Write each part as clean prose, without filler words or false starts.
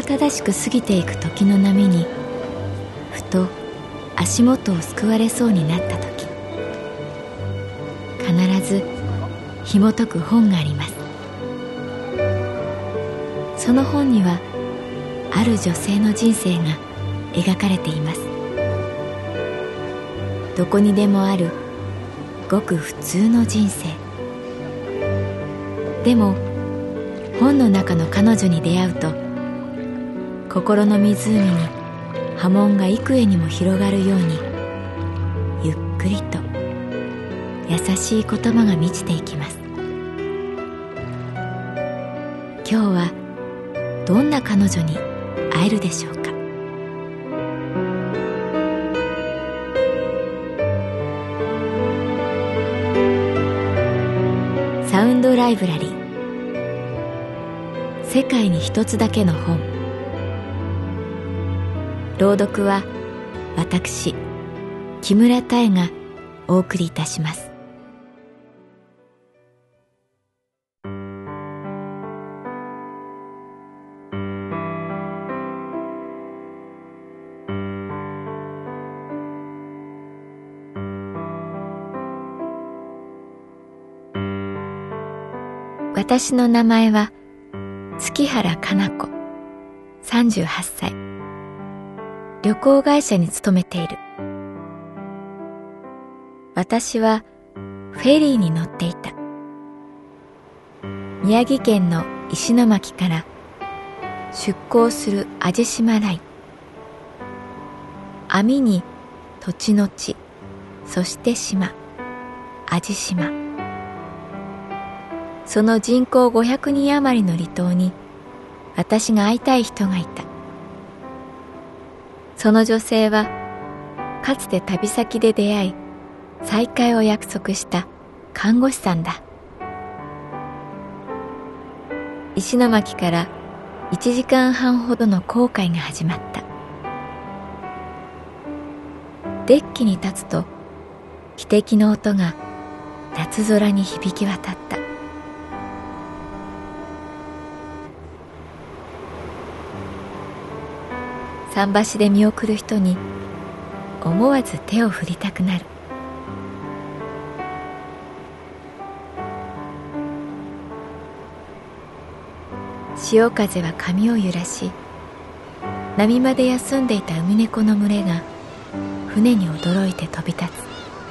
慌ただしく過ぎていく時の波にふと足元をすくわれそうになった時、必ず紐解く本があります。その本にはある女性の人生が描かれています。どこにでもあるごく普通の人生。でも本の中の彼女に出会うと、心の湖に波紋が幾重にも広がるように、ゆっくりと優しい言葉が満ちていきます。今日はどんな彼女に会えるでしょうか。サウンドライブラリー、世界に一つだけの本。朗読は私木村多江がお送りいたします。私の名前は月原かな子、38歳。旅行会社に勤めている。私はフェリーに乗っていた。宮城県の石巻から出港する網島ライン。網に土地の地、そして島、網島。その人口500人余りの離島に私が会いたい人がいた。その女性はかつて旅先で出会い再会を約束した看護師さんだ。石巻から1時間半ほどの航海が始まった。デッキに立つと汽笛の音が夏空に響き渡った。桟橋で見送る人に思わず手を振りたくなる。潮風は髪を揺らし、波間で休んでいたウミネコの群れが船に驚いて飛び立つ。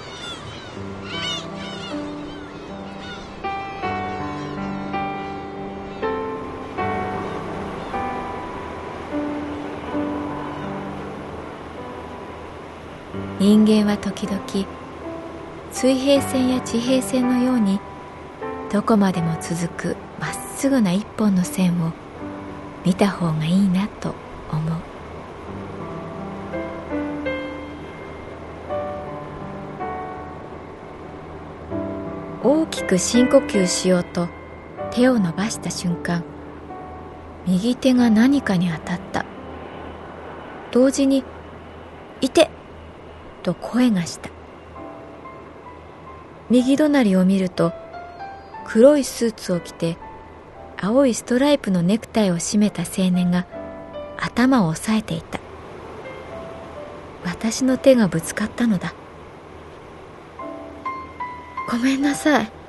人間は時々水平線や地平線のようにどこまでも続くまっすぐな一本の線を見た方がいいなと思う。大きく深呼吸しようと手を伸ばした瞬間、右手が何かに当たった。同時に「いて！」と声がした。右隣を見ると、黒いスーツを着て青いストライプのネクタイを締めた青年が頭を押さえていた。私の手がぶつかったのだ。ごめんなさい。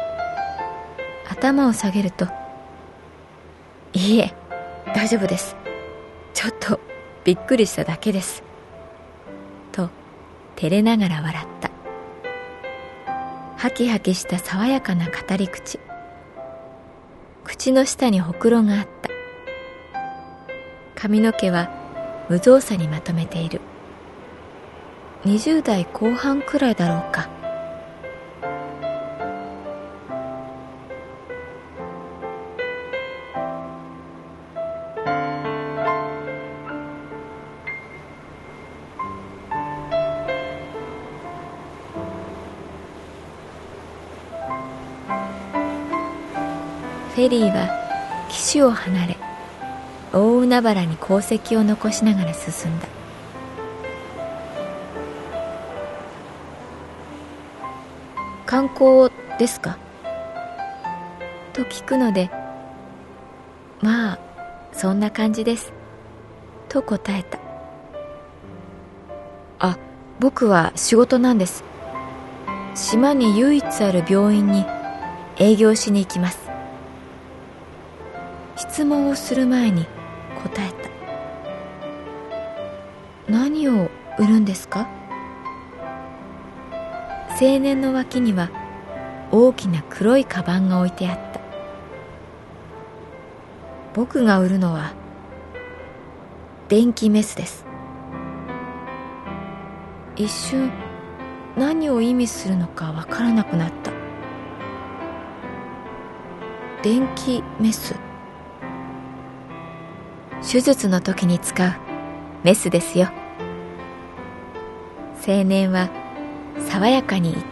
頭を下げると、いいえ、大丈夫です。ちょっとびっくりしただけです。と照れながら笑った。ハキハキした爽やかな語り口。口の下にほくろがあった。髪の毛は無造作にまとめている。20代後半くらいだろうか。フェリーは岸を離れ、大海原に航跡を残しながら進んだ。観光ですかと聞くので、まあそんな感じです。と答えた。あ、僕は仕事なんです。島に唯一ある病院に営業しに行きます。質問をする前に答えた。何を売るんですか？青年の脇には大きな黒いカバンが置いてあった。僕が売るのは電気メスです。一瞬何を意味するのかわからなくなった。電気メス。手術の時に使うメスですよ。青年は爽やかに言った。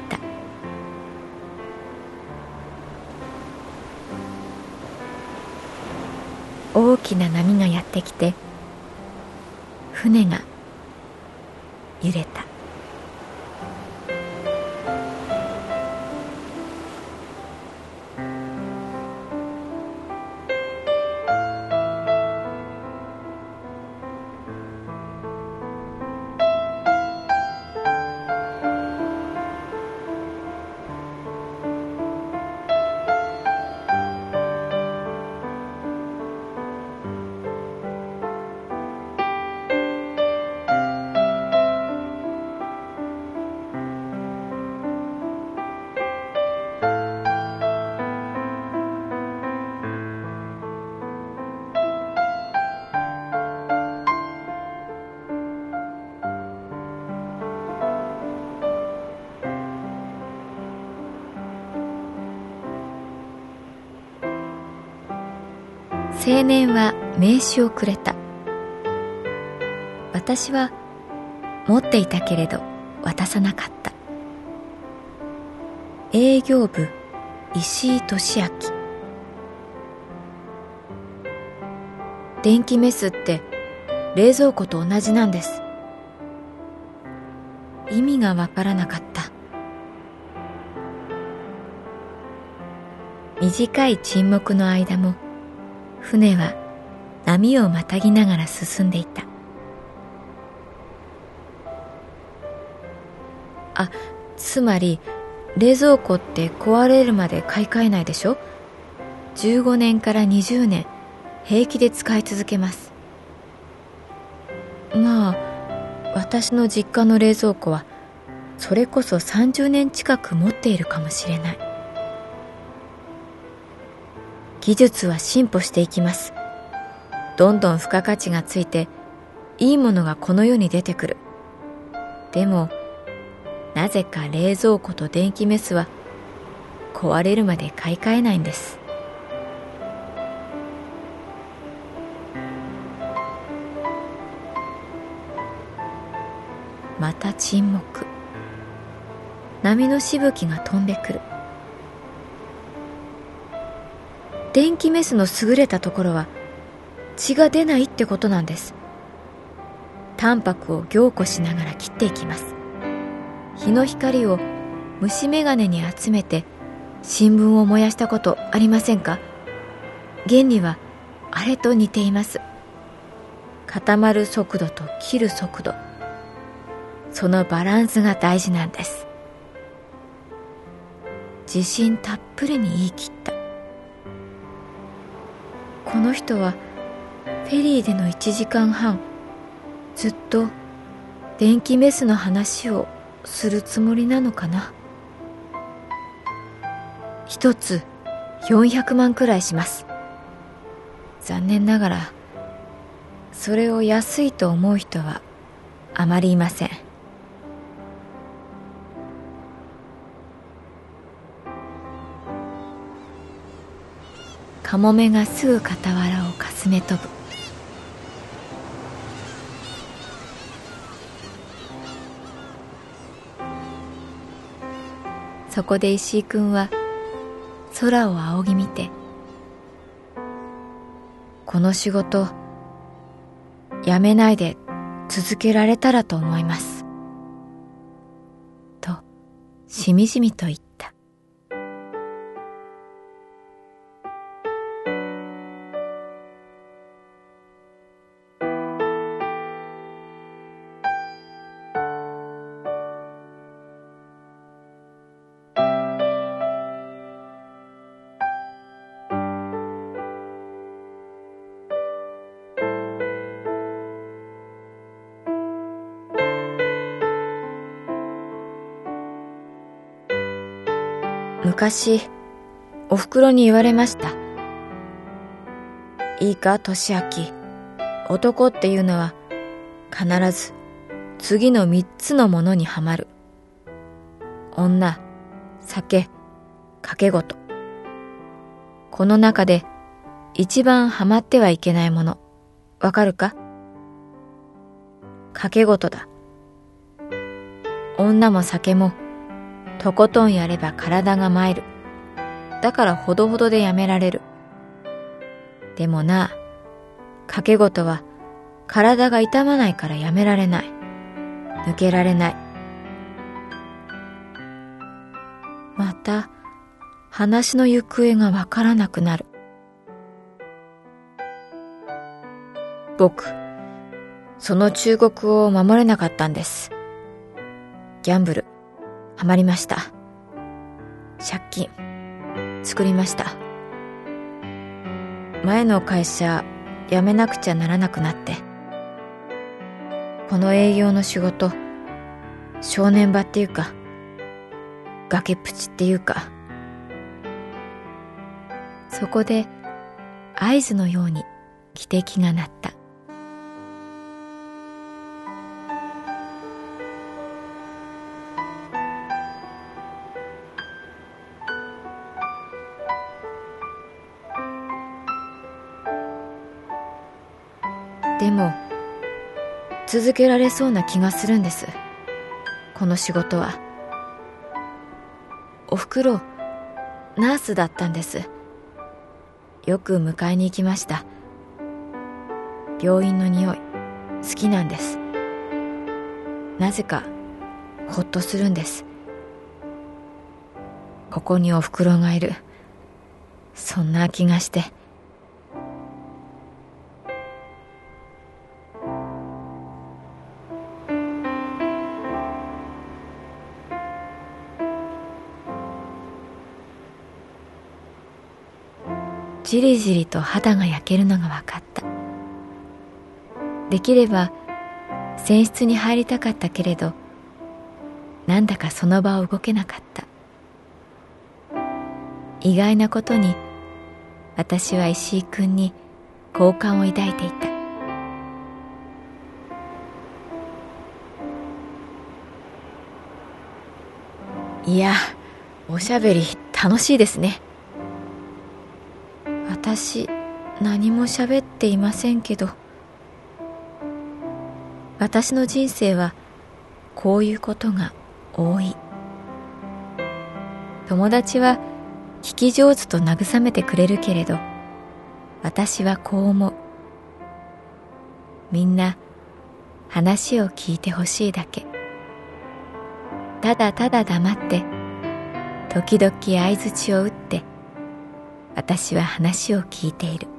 大きな波がやってきて、船が揺れた。青年は名刺をくれた。私は持っていたけれど渡さなかった。営業部石井俊明。電気メスって冷蔵庫と同じなんです。意味がわからなかった。短い沈黙の間も船は波をまたぎながら進んでいた。あ、つまり冷蔵庫って壊れるまで買い替えないでしょ。15年から20年平気で使い続けます。まあ私の実家の冷蔵庫はそれこそ30年近く持っているかもしれない。技術は進歩していきます。どんどん付加価値がついていいものがこの世に出てくる。でもなぜか冷蔵庫と電気メスは壊れるまで買い替えないんです。また沈黙。波のしぶきが飛んでくる。電気メスの優れたところは血が出ないってことなんです。淡白を凝固しながら切っていきます。日の光を虫眼鏡に集めて新聞を燃やしたことありませんか？原理はあれと似ています。固まる速度と切る速度、そのバランスが大事なんです。自信たっぷりに言い切った。この人はフェリーでの1時間半ずっと電気メスの話をするつもりなのかな。一つ400万くらいします。残念ながらそれを安いと思う人はあまりいません。カモメがすぐ傍らをかすめ飛ぶ。そこで石井くんは空を仰ぎ見て、この仕事やめないで続けられたらと思いますとしみじみと言った。 昔、おふくろに言われました。いいか、俊明。男っていうのは必ず次の3つのものにはまる。女、酒、賭け事。この中で一番はまってはいけないもの、わかるか？賭け事だ。女も酒もとことんやれば体が参る。だからほどほどでやめられる。でもな、賭け事は体が痛まないからやめられない。抜けられない。また話の行方がわからなくなる。僕、その忠告を守れなかったんです。ギャンブル、ハマりました。借金、作りました。前の会社、辞めなくちゃならなくなって。この営業の仕事、正念場っていうか、崖っぷちっていうか。そこで合図のように汽笛が鳴った。でも続けられそうな気がするんです、この仕事は。おふくろナースだったんです。よく迎えに行きました。病院の匂い好きなんです。なぜかほっとするんです。ここにおふくろがいる、そんな気がして。じりじりと肌が焼けるのが分かった。できれば船室に入りたかったけれど、なんだかその場を動けなかった。意外なことに私は石井君に好感を抱いていた。いや、おしゃべり楽しいですね。私、何も喋っていませんけど、私の人生はこういうことが多い。友達は聞き上手と慰めてくれるけれど、私はこう思う。みんな話を聞いてほしいだけ。ただただ黙って、時々相槌を打って、私は話を聞いている。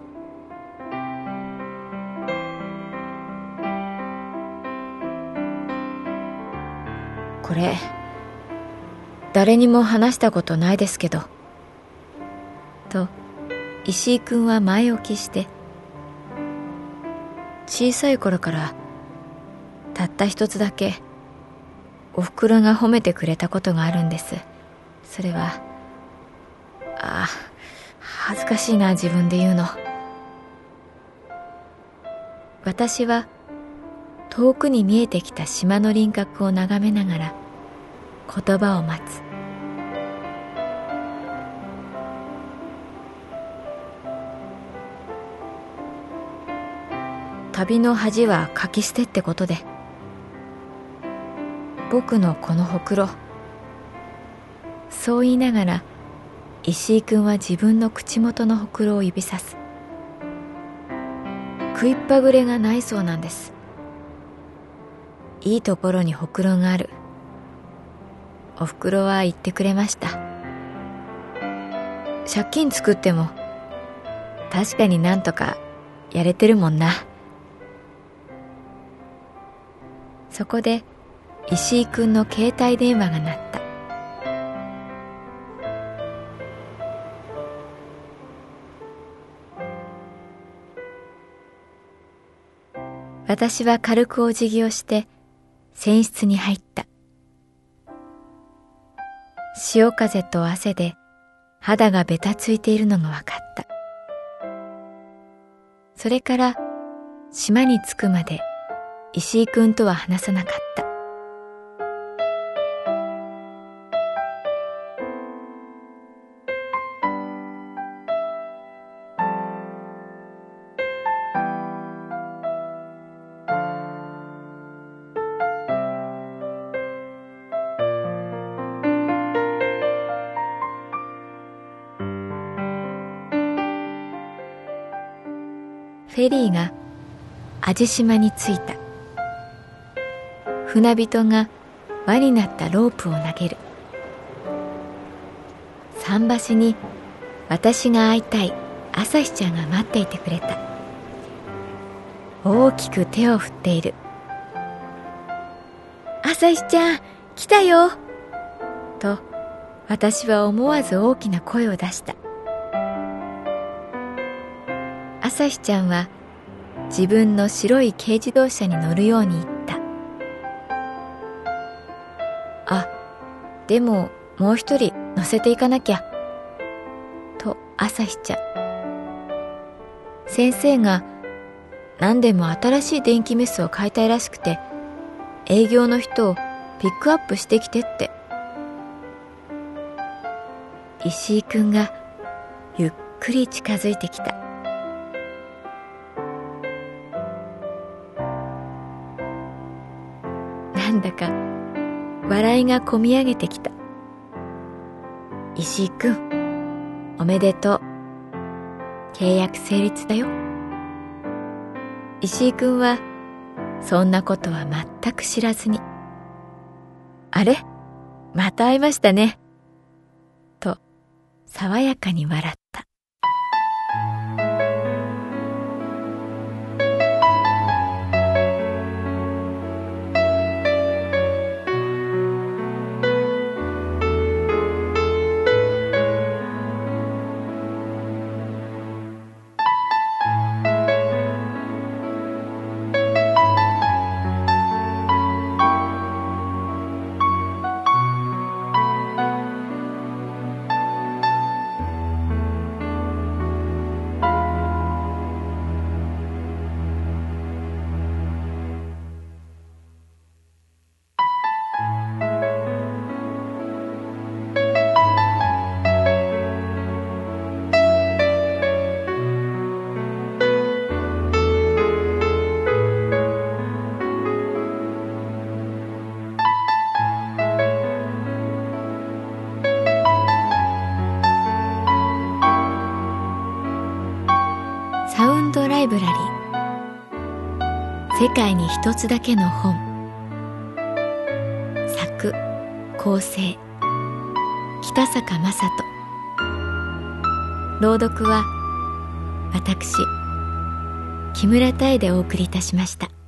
これ、誰にも話したことないですけど、と石井君は前置きして、小さい頃からたった一つだけおふくろが褒めてくれたことがあるんです。それは、恥ずかしいな、自分で言うの。私は遠くに見えてきた島の輪郭を眺めながら言葉を待つ。旅の恥はかき捨てってことで、僕のこのほくろ、そう言いながら石井君は自分の口元のほくろを指さす。食いっぱぐれがないそうなんです。いいところにほくろがある。おふくろは言ってくれました。借金作っても確かになんとかやれてるもんな。そこで石井君の携帯電話が鳴った。私は軽くお辞儀をして船室に入った。 潮風と汗で肌がべたついているのがわかった。それから島に着くまで石井くんとは話さなかった。フェリーが網島に着いた。船人が輪になったロープを投げる。桟橋に私が会いたい朝日ちゃんが待っていてくれた。大きく手を振っている。朝日ちゃん、来たよと私は思わず大きな声を出した。朝日ちゃんは自分の白い軽自動車に乗るように言った。あ、でももう一人乗せていかなきゃ。と朝日ちゃん。先生が何でも新しい電気メスを買いたいらしくて、営業の人をピックアップしてきてって。石井くんがゆっくり近づいてきた。なんだか笑いがこみ上げてきた。石井くん、おめでとう。契約成立だよ。石井くんはそんなことは全く知らずに、あれ、また会いましたねと爽やかに笑った。サウンドライブラリー、世界に一つだけの本。作・構成北坂雅人。朗読は私木村多江でお送りいたしました。